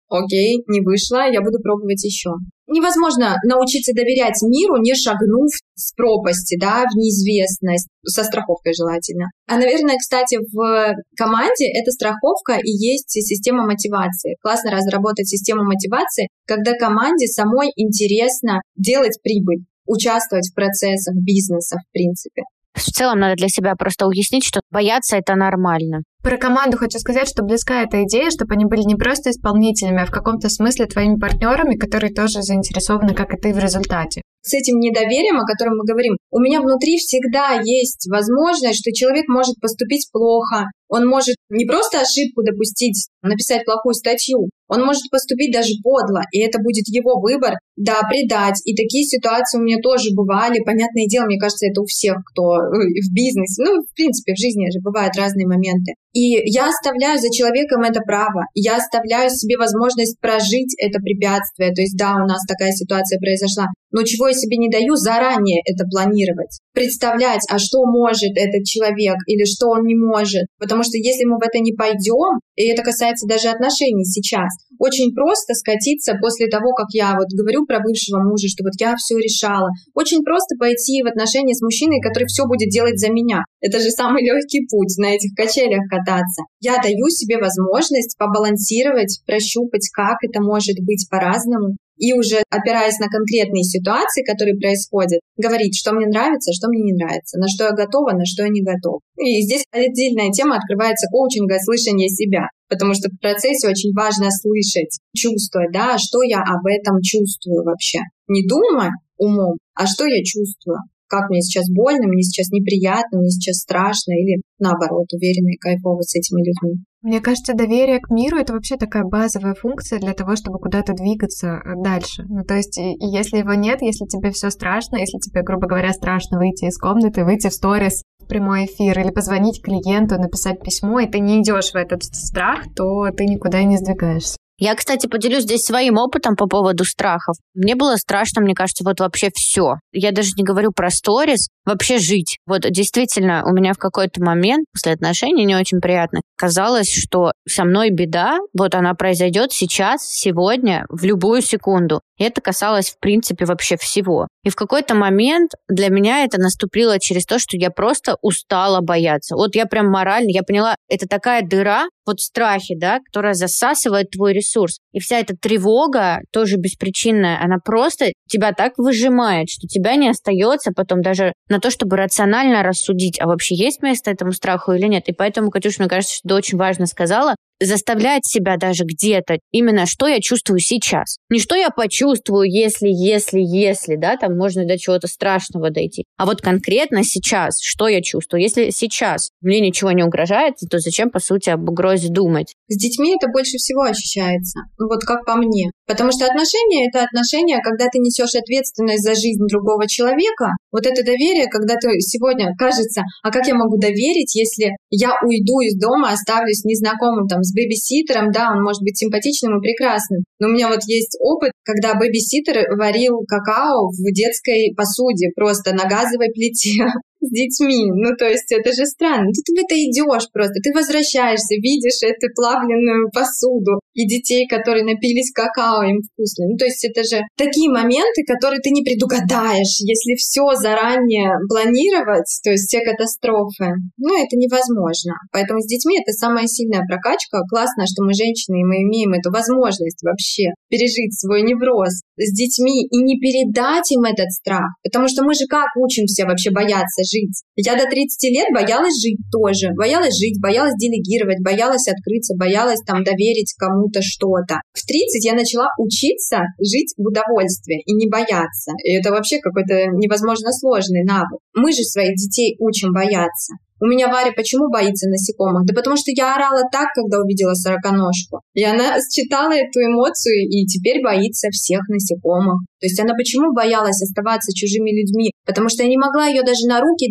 окей, не вышло, я буду пробовать еще. Невозможно научиться доверять миру, не шагнув с пропасти, да, в неизвестность, со страховкой желательно. А, наверное, кстати, в команде эта страховка и есть система мотивации. Классно разработать систему мотивации, когда команде самой интересно делать прибыль, участвовать в процессах бизнеса, в принципе. В целом надо для себя просто уяснить, что бояться — это нормально. Про команду хочу сказать, что близка эта идея, чтобы они были не просто исполнителями, а в каком-то смысле твоими партнерами, которые тоже заинтересованы, как и ты, в результате. С этим недоверием, о котором мы говорим, у меня внутри всегда есть возможность, что человек может поступить плохо, он может не просто ошибку допустить, написать плохую статью, он может поступить даже подло, и это будет его выбор, да, предать. И такие ситуации у меня тоже бывали, понятное дело, мне кажется, это у всех, кто в бизнесе, в принципе, в жизни же бывают разные моменты. И я оставляю за человеком это право, я оставляю себе возможность прожить это препятствие, то есть да, у нас такая ситуация произошла, но чего я себе не даю, заранее это планировать, представлять, а что может этот человек или что он не может, потому что если мы в это не пойдем, и это касается даже отношений сейчас, очень просто скатиться после того, как я вот говорю про бывшего мужа, что вот я все решала, очень просто пойти в отношения с мужчиной, который все будет делать за меня. Это же самый легкий путь, на этих качелях кататься. Я даю себе возможность побалансировать, прощупать, как это может быть по-разному, и уже опираясь на конкретные ситуации, которые происходят, говорить, что мне нравится, что мне не нравится, на что я готова, на что я не готова. И здесь отдельная тема открывается коучинга слышания себя, потому что в процессе очень важно слышать, чувствовать, да, что я об этом чувствую вообще. Не думая умом, а что я чувствую. Как мне сейчас больно, мне сейчас неприятно, мне сейчас страшно, или наоборот, уверенно и кайфово с этими людьми. Мне кажется, доверие к миру — это вообще такая базовая функция для того, чтобы куда-то двигаться дальше. То есть, и если его нет, если тебе все страшно, если тебе, грубо говоря, страшно выйти из комнаты, выйти в сторис, в прямой эфир или позвонить клиенту, написать письмо, и ты не идешь в этот страх, то ты никуда и не сдвигаешься. Я, кстати, поделюсь здесь своим опытом по поводу страхов. Мне было страшно, мне кажется, вот вообще все. Я даже не говорю про сторис, вообще жить. Вот действительно, у меня в какой-то момент после отношений не очень приятно казалось, что со мной беда, вот она произойдет сейчас, сегодня, в любую секунду. И это касалось, в принципе, вообще всего. И в какой-то момент для меня это наступило через то, что я просто устала бояться. Вот я прям морально, я поняла, это такая дыра, вот в страхе, да, которая засасывает твой ресурс. И вся эта тревога, тоже беспричинная, она просто тебя так выжимает, что тебя не остается потом даже на то, чтобы рационально рассудить, а вообще есть место этому страху или нет. И поэтому, Катюш, мне кажется, что ты очень важно сказала, заставлять себя даже где-то именно, что я чувствую сейчас. Не что я почувствую, если, да, там можно до чего-то страшного дойти. А вот конкретно сейчас, что я чувствую. Если сейчас мне ничего не угрожает, то зачем, по сути, об угрозе думать? С детьми это больше всего ощущается. Вот как по мне. Потому что отношения — это отношения, когда ты несешь ответственность за жизнь другого человека. Вот это доверие, когда ты сегодня кажется, а как я могу доверить, если я уйду из дома, оставлюсь незнакомым там с бэбиситером, да, он может быть симпатичным и прекрасным. Но у меня вот есть опыт, когда бэбиситер варил какао в детской посуде, просто на газовой плите с детьми. То есть это же странно. Тут в это идешь просто. Ты возвращаешься, видишь эту плавленную посуду и детей, которые напились какао, им вкусно. То есть это же такие моменты, которые ты не предугадаешь, если все заранее планировать, то есть все катастрофы. Это невозможно. Поэтому с детьми это самая сильная прокачка. Классно, что мы женщины, и мы имеем эту возможность вообще пережить свой невроз с детьми и не передать им этот страх. Потому что мы же как учимся вообще бояться жить? Я до 30 лет боялась жить тоже. Боялась жить, боялась делегировать, боялась открыться, боялась доверить кому-то что-то. В 30 я начала учиться жить в удовольствии и не бояться. И это вообще какой-то невозможно сложный навык. Мы же своих детей учим бояться. У меня Варя почему боится насекомых? Да потому что я орала так, когда увидела сороконожку. И она считала эту эмоцию и теперь боится всех насекомых. То есть она почему боялась оставаться чужими людьми? Потому что я не могла ее даже на руки дать.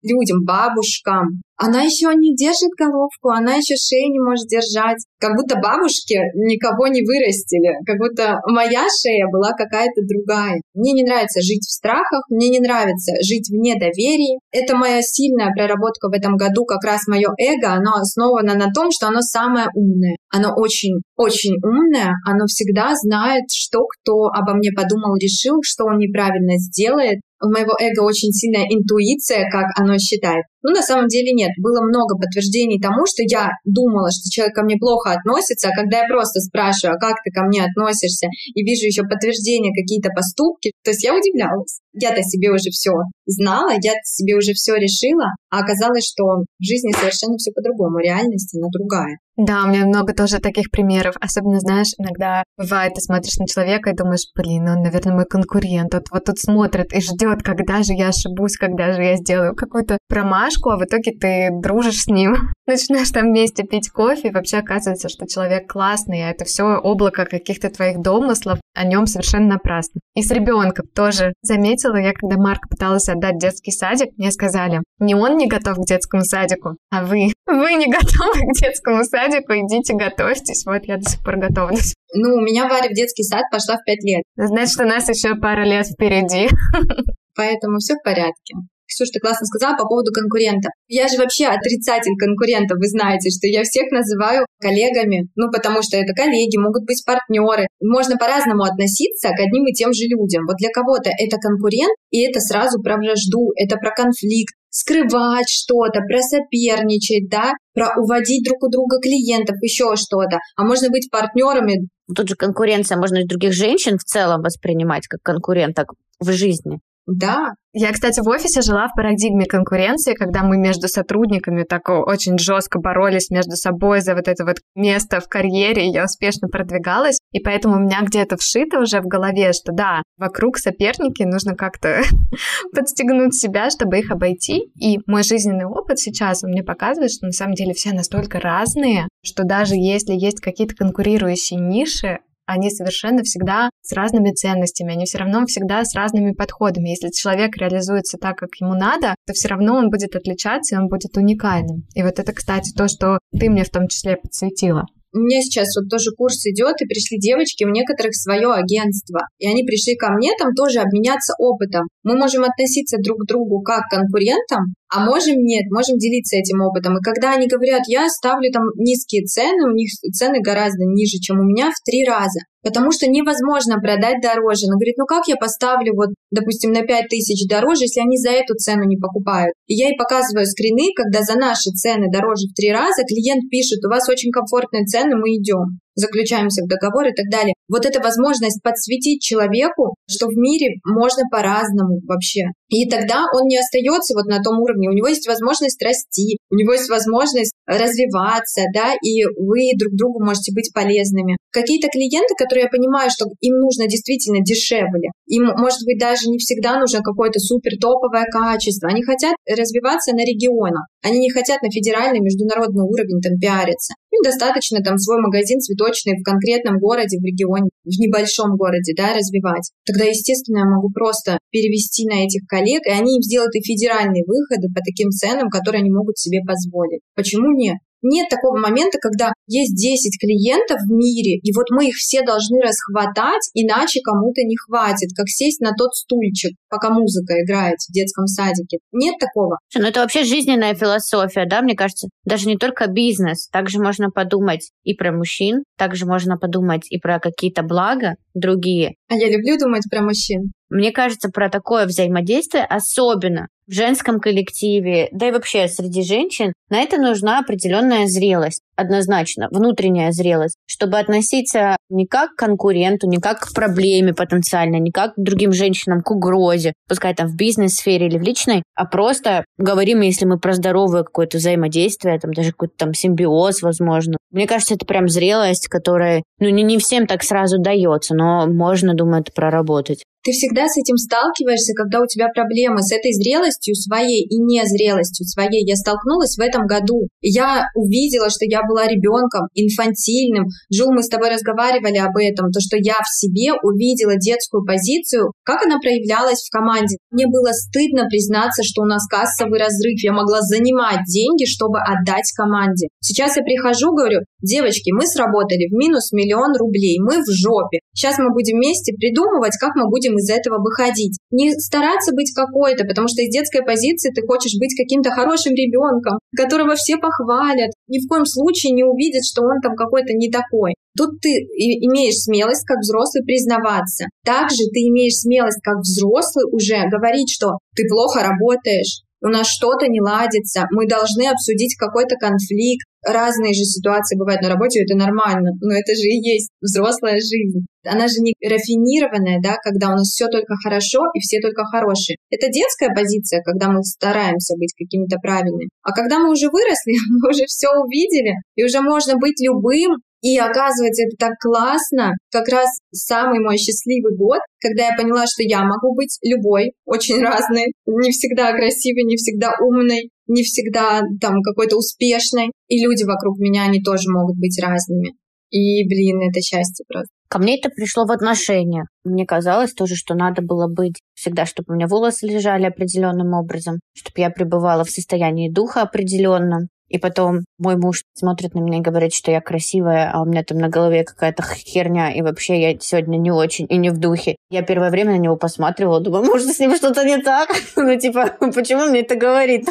людям, бабушкам. Она еще не держит головку, она еще шею не может держать. Как будто бабушки никого не вырастили, как будто моя шея была какая-то другая. Мне не нравится жить в страхах, мне не нравится жить в недоверии. Это моя сильная проработка в этом году, как раз мое эго, оно основано на том, что оно самое умное. Оно очень умное, оно всегда знает, что кто обо мне подумал, решил, что он неправильно сделает. У моего эго очень сильная интуиция, как оно считает. Но на самом деле нет. Было много подтверждений тому, что я думала, что человек ко мне плохо относится, а когда я просто спрашиваю, а как ты ко мне относишься, и вижу еще подтверждения, какие-то поступки, то есть я удивлялась. Я-то себе уже все знала, я-то себе уже все решила, а оказалось, что в жизни совершенно все по-другому, реальность она другая. Да, у меня много тоже таких примеров. Особенно, знаешь, иногда бывает, ты смотришь на человека и думаешь, блин, он, наверное, мой конкурент. Вот тут смотрит и ждет, когда же я ошибусь, когда же я сделаю какую-то промашку, а в итоге ты дружишь с ним. Начинаешь там вместе пить кофе, и вообще оказывается, что человек классный, а это все облако каких-то твоих домыслов, о нем совершенно напрасно. И с ребенком тоже заметила, я когда Марка пыталась отдать в детский садик, мне сказали, не он не готов к детскому садику, а вы. Вы не готовы к детскому садику, идите готовьтесь. Вот я до сих пор готовлюсь. У меня Варя в детский сад пошла в 5 лет. Значит, у нас еще пара лет впереди. Поэтому все в порядке. Ксюша, ты классно сказала по поводу конкурентов. Я же вообще отрицатель конкурентов, вы знаете, что я всех называю коллегами, потому что это коллеги, могут быть партнеры. Можно по-разному относиться к одним и тем же людям. Вот для кого-то это конкурент, и это сразу про вражду, это про конфликт, скрывать что-то, про соперничать, да, про уводить друг у друга клиентов, еще что-то. А можно быть партнерами. Тут же конкуренция, можно и других женщин в целом воспринимать как конкурента в жизни. Да. Я, кстати, в офисе жила в парадигме конкуренции, когда мы между сотрудниками так очень жестко боролись между собой за вот это вот место в карьере, и я успешно продвигалась, и поэтому у меня где-то вшито уже в голове, что да, вокруг соперники, нужно как-то подстегнуть себя, чтобы их обойти, и мой жизненный опыт сейчас он мне показывает, что на самом деле все настолько разные, что даже если есть какие-то конкурирующие ниши, они совершенно всегда с разными ценностями, они все равно всегда с разными подходами. Если человек реализуется так, как ему надо, то все равно он будет отличаться, и он будет уникальным. И вот это, кстати, то, что ты мне в том числе подсветила. У меня сейчас вот тоже курс идет, и пришли девочки, у некоторых свое агентство. И они пришли ко мне там тоже обменяться опытом. Мы можем относиться друг к другу как к конкурентам, а можем нет, можем делиться этим опытом. И когда они говорят, я ставлю там низкие цены, у них цены гораздо ниже, чем у меня в 3 раза. Потому что невозможно продать дороже. Она говорит, как я поставлю допустим, на 5000 дороже, если они за эту цену не покупают. И я ей показываю скрины, когда за наши цены дороже в 3 раза, клиент пишет, у вас очень комфортные цены, мы идем. Заключаемся в договор и так далее. Вот эта возможность подсветить человеку, что в мире можно по-разному вообще. И тогда он не остается на том уровне. У него есть возможность расти, у него есть возможность развиваться, да, и вы друг другу можете быть полезными. Какие-то клиенты, которые я понимаю, что им нужно действительно дешевле, им, может быть, даже не всегда нужно какое-то супер топовое качество. Они хотят развиваться на регионах. Они не хотят на федеральный, международный уровень там пиариться. Им достаточно там свой магазин цветочный в конкретном городе, в регионе, в небольшом городе, да, развивать. Тогда, естественно, я могу просто перевести на этих коллег, и они им сделают и федеральные выходы по таким ценам, которые они могут себе позволить. Почему нет? Нет такого момента, когда есть 10 клиентов в мире, и мы их все должны расхватать, иначе кому-то не хватит, как сесть на тот стульчик, пока музыка играет в детском садике. Нет такого. Это вообще жизненная философия, да, мне кажется, даже не только бизнес. Также можно подумать и про мужчин, также можно подумать и про какие-то блага другие. А я люблю думать про мужчин. Мне кажется, про такое взаимодействие, особенно в женском коллективе, да и вообще среди женщин, на это нужна определенная зрелость, однозначно, внутренняя зрелость, чтобы относиться не как к конкуренту, не как к проблеме потенциально, не как к другим женщинам, к угрозе, пускай там в бизнес-сфере или в личной, а просто говорим, если мы про здоровое какое-то взаимодействие, там даже какой-то там симбиоз, возможно, Мне кажется, это прям зрелость, которая, не всем так сразу дается, но можно, думаю, это проработать. Ты всегда с этим сталкиваешься, когда у тебя проблемы с этой зрелостью своей и незрелостью своей. Я столкнулась в этом году. Я увидела, что я была ребенком, инфантильным. Джул, мы с тобой разговаривали об этом, то, что я в себе увидела детскую позицию, как она проявлялась в команде. Мне было стыдно признаться, что у нас кассовый разрыв. Я могла занимать деньги, чтобы отдать команде. Сейчас я прихожу, говорю: девочки, мы сработали в минус 1 000 000 рублей, мы в жопе. Сейчас мы будем вместе придумывать, как мы будем из этого выходить. Не стараться быть какой-то, потому что из детской позиции ты хочешь быть каким-то хорошим ребенком, которого все похвалят, ни в коем случае не увидят, что он там какой-то не такой. Тут ты имеешь смелость как взрослый признаваться. Также ты имеешь смелость как взрослый уже говорить, что ты плохо работаешь, у нас что-то не ладится, мы должны обсудить какой-то конфликт. Разные же ситуации бывают на работе, это нормально, но это же и есть взрослая жизнь. Она же не рафинированная, да, когда у нас все только хорошо и все только хорошие. Это детская позиция, когда мы стараемся быть какими-то правильными. А когда мы уже выросли, мы уже все увидели, и уже можно быть любым. И оказывается, это так классно. Как раз самый мой счастливый год, когда я поняла, что я могу быть любой, очень разной, не всегда красивой, не всегда умной, не всегда там какой-то успешной. И люди вокруг меня, они тоже могут быть разными. И, это счастье просто. Ко мне это пришло в отношениях. Мне казалось тоже, что надо было быть всегда, чтобы у меня волосы лежали определенным образом, чтобы я пребывала в состоянии духа определенном. И потом мой муж смотрит на меня и говорит, что я красивая, а у меня там на голове какая-то херня, и вообще я сегодня не очень и не в духе. Я первое время на него посматривала, думаю, может, с ним что-то не так? Почему мне это говорит?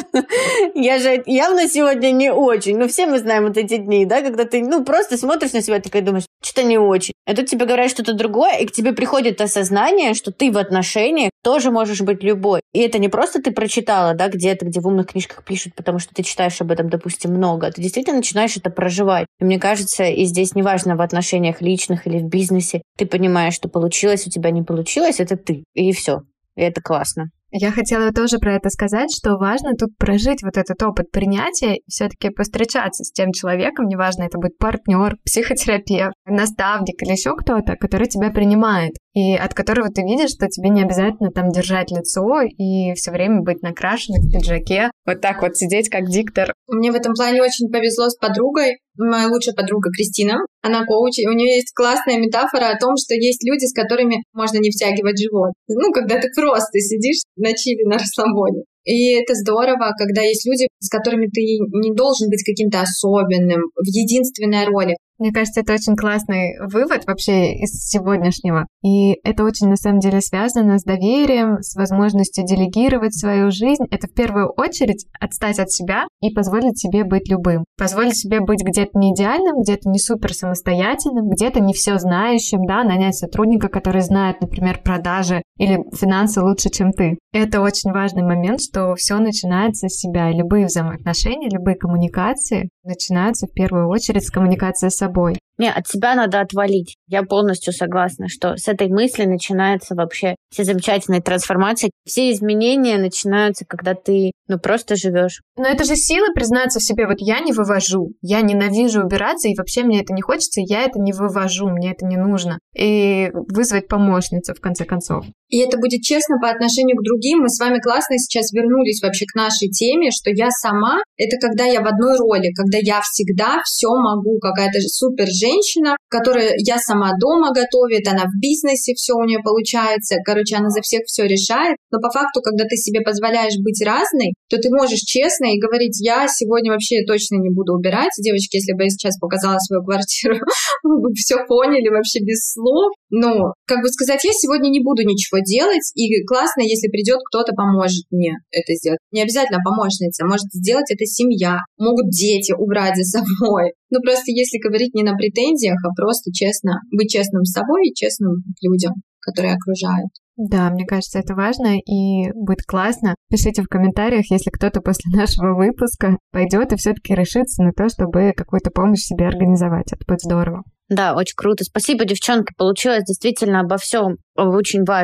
Я же явно сегодня не очень. Все мы знаем вот эти дни, да, когда ты, просто смотришь на себя, такая думаешь, что-то не очень. А тут тебе говорят что-то другое, и к тебе приходит осознание, что ты в отношениях тоже можешь быть любой. И это не просто ты прочитала, да, где-то, где в умных книжках пишут, потому что ты читаешь об этом, допустим, много. Ты действительно начинаешь это проживать. И мне кажется, и здесь неважно в отношениях личных или в бизнесе, ты понимаешь, что получилось, у тебя не получилось, это ты. И все. И это классно. Я хотела тоже про это сказать, что важно тут прожить вот этот опыт принятия и все-таки постречаться с тем человеком, неважно, это будет партнер, психотерапевт, наставник или еще кто-то, который тебя принимает, и от которого ты видишь, что тебе не обязательно там держать лицо и все время быть накрашенной в пиджаке, вот так вот сидеть как диктор. Мне в этом плане очень повезло с подругой. Моя лучшая подруга Кристина, она коуч, и у нее есть классная метафора о том, что есть люди, с которыми можно не втягивать живот. Когда ты просто сидишь на чили, на расслабоне. И это здорово, когда есть люди, с которыми ты не должен быть каким-то особенным, в единственной роли. Мне кажется, это очень классный вывод вообще из сегодняшнего. И это очень, на самом деле, связано с доверием, с возможностью делегировать свою жизнь. Это в первую очередь отстать от себя и позволить себе быть любым. Позволить себе быть где-то не идеальным, где-то не супер самостоятельным, где-то не все знающим, да, нанять сотрудника, который знает, например, продажи или финансы лучше, чем ты. Это очень важный момент, что все начинается с себя. И любые взаимоотношения, любые коммуникации начинаются в первую очередь с коммуникации с собой. Не, от себя надо отвалить. Я полностью согласна, что с этой мысли начинается вообще все замечательные трансформации. Все изменения начинаются, когда ты, просто живешь. Но это же сила признаться в себе. Вот я не вывожу, я ненавижу убираться, и вообще мне это не хочется, я это не вывожу, мне это не нужно. И вызвать помощницу, в конце концов. И это будет честно по отношению к другим. Мы с вами классно сейчас вернулись вообще к нашей теме, что я сама — это когда я в одной роли, когда я всегда все могу, какая-то супер женщина, которая я сама дома готовит, она в бизнесе, все у нее получается, она за всех все решает. Но по факту, когда ты себе позволяешь быть разной, то ты можешь честно и говорить: я сегодня вообще точно не буду убирать. Девочки, если бы я сейчас показала свою квартиру, вы бы все поняли вообще без слов. Но, сказать, я сегодня не буду ничего делать, и классно, если придет кто-то, поможет мне это сделать. Не обязательно помощница, может сделать это семья, могут дети убрать за собой. Просто если говорить не на претензиях, а просто честно, быть честным с собой и честным к людям, которые окружают. Да, мне кажется, это важно и будет классно. Пишите в комментариях, если кто-то после нашего выпуска пойдет и все-таки решится на то, чтобы какую-то помощь себе организовать. Это будет здорово. Да, очень круто. Спасибо, девчонки. Получилось действительно обо всем очень важном.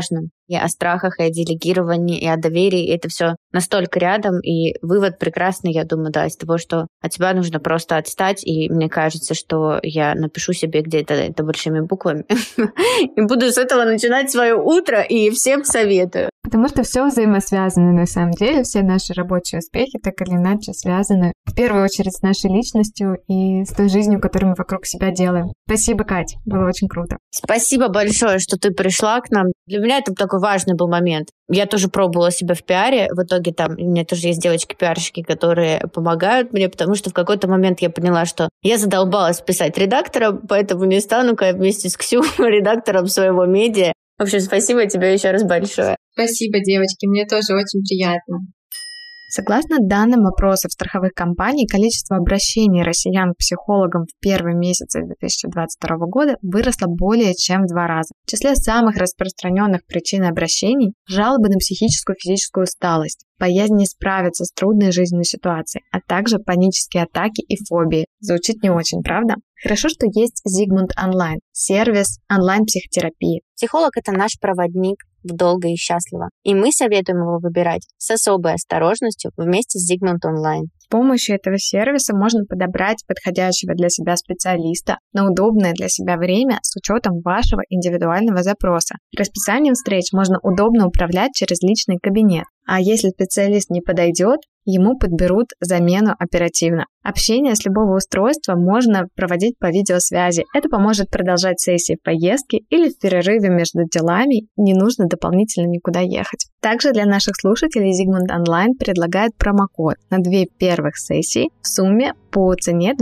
и о страхах, и о делегировании, и о доверии. И это все настолько рядом, и вывод прекрасный, я думаю, да, из того, что от тебя нужно просто отстать, и мне кажется, что я напишу себе где-то это большими буквами, и буду с этого начинать свое утро, и всем советую. Потому что все взаимосвязано на самом деле, все наши рабочие успехи так или иначе связаны в первую очередь с нашей личностью и с той жизнью, которую мы вокруг себя делаем. Спасибо, Кать, было очень круто. Спасибо большое, что ты пришла к нам. Для меня это такой важный был момент. Я тоже пробовала себя в пиаре. В итоге там у меня тоже есть девочки-пиарщики, которые помогают мне, потому что в какой-то момент я поняла, что я задолбалась писать редактора, поэтому не стану-ка я вместе с Ксю редактором своего медиа. В общем, спасибо тебе еще раз большое. Спасибо, девочки, мне тоже очень приятно. Согласно данным опросов страховых компаний, количество обращений россиян к психологам в первые месяцы 2022 года выросло более чем в 2 раза. В числе самых распространенных причин обращений – жалобы на психическую и физическую усталость, боязнь не справиться с трудной жизненной ситуацией, а также панические атаки и фобии. Звучит не очень, правда? Хорошо, что есть Zigmund Online – сервис онлайн-психотерапии. Психолог – это наш проводник в долго и счастливо. И мы советуем его выбирать с особой осторожностью вместе с Zigmund Online. С помощью этого сервиса можно подобрать подходящего для себя специалиста на удобное для себя время с учетом вашего индивидуального запроса. Расписанием встреч можно удобно управлять через личный кабинет. А если специалист не подойдет, ему подберут замену оперативно. Общение с любого устройства можно проводить по видеосвязи. Это поможет продолжать сессии в поездке или в перерыве между делами, не нужно дополнительно никуда ехать. Также для наших слушателей Zigmund Online предлагает промокод на 2 первых сессии в сумме по цене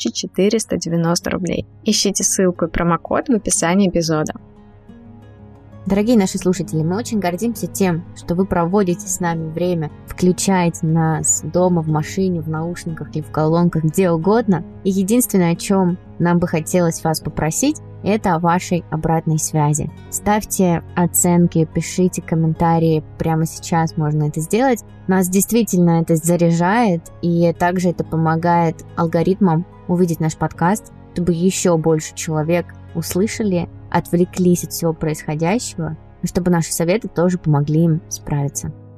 2490 рублей. Ищите ссылку и промокод в описании эпизода. Дорогие наши слушатели, мы очень гордимся тем, что вы проводите с нами время, включаете нас дома, в машине, в наушниках или в колонках, где угодно. И единственное, о чем нам бы хотелось вас попросить, это о вашей обратной связи. Ставьте оценки, пишите комментарии, прямо сейчас можно это сделать. Нас действительно это заряжает, и также это помогает алгоритмам увидеть наш подкаст, чтобы еще больше человек услышали, отвлеклись от всего происходящего, и чтобы наши советы тоже помогли им справиться.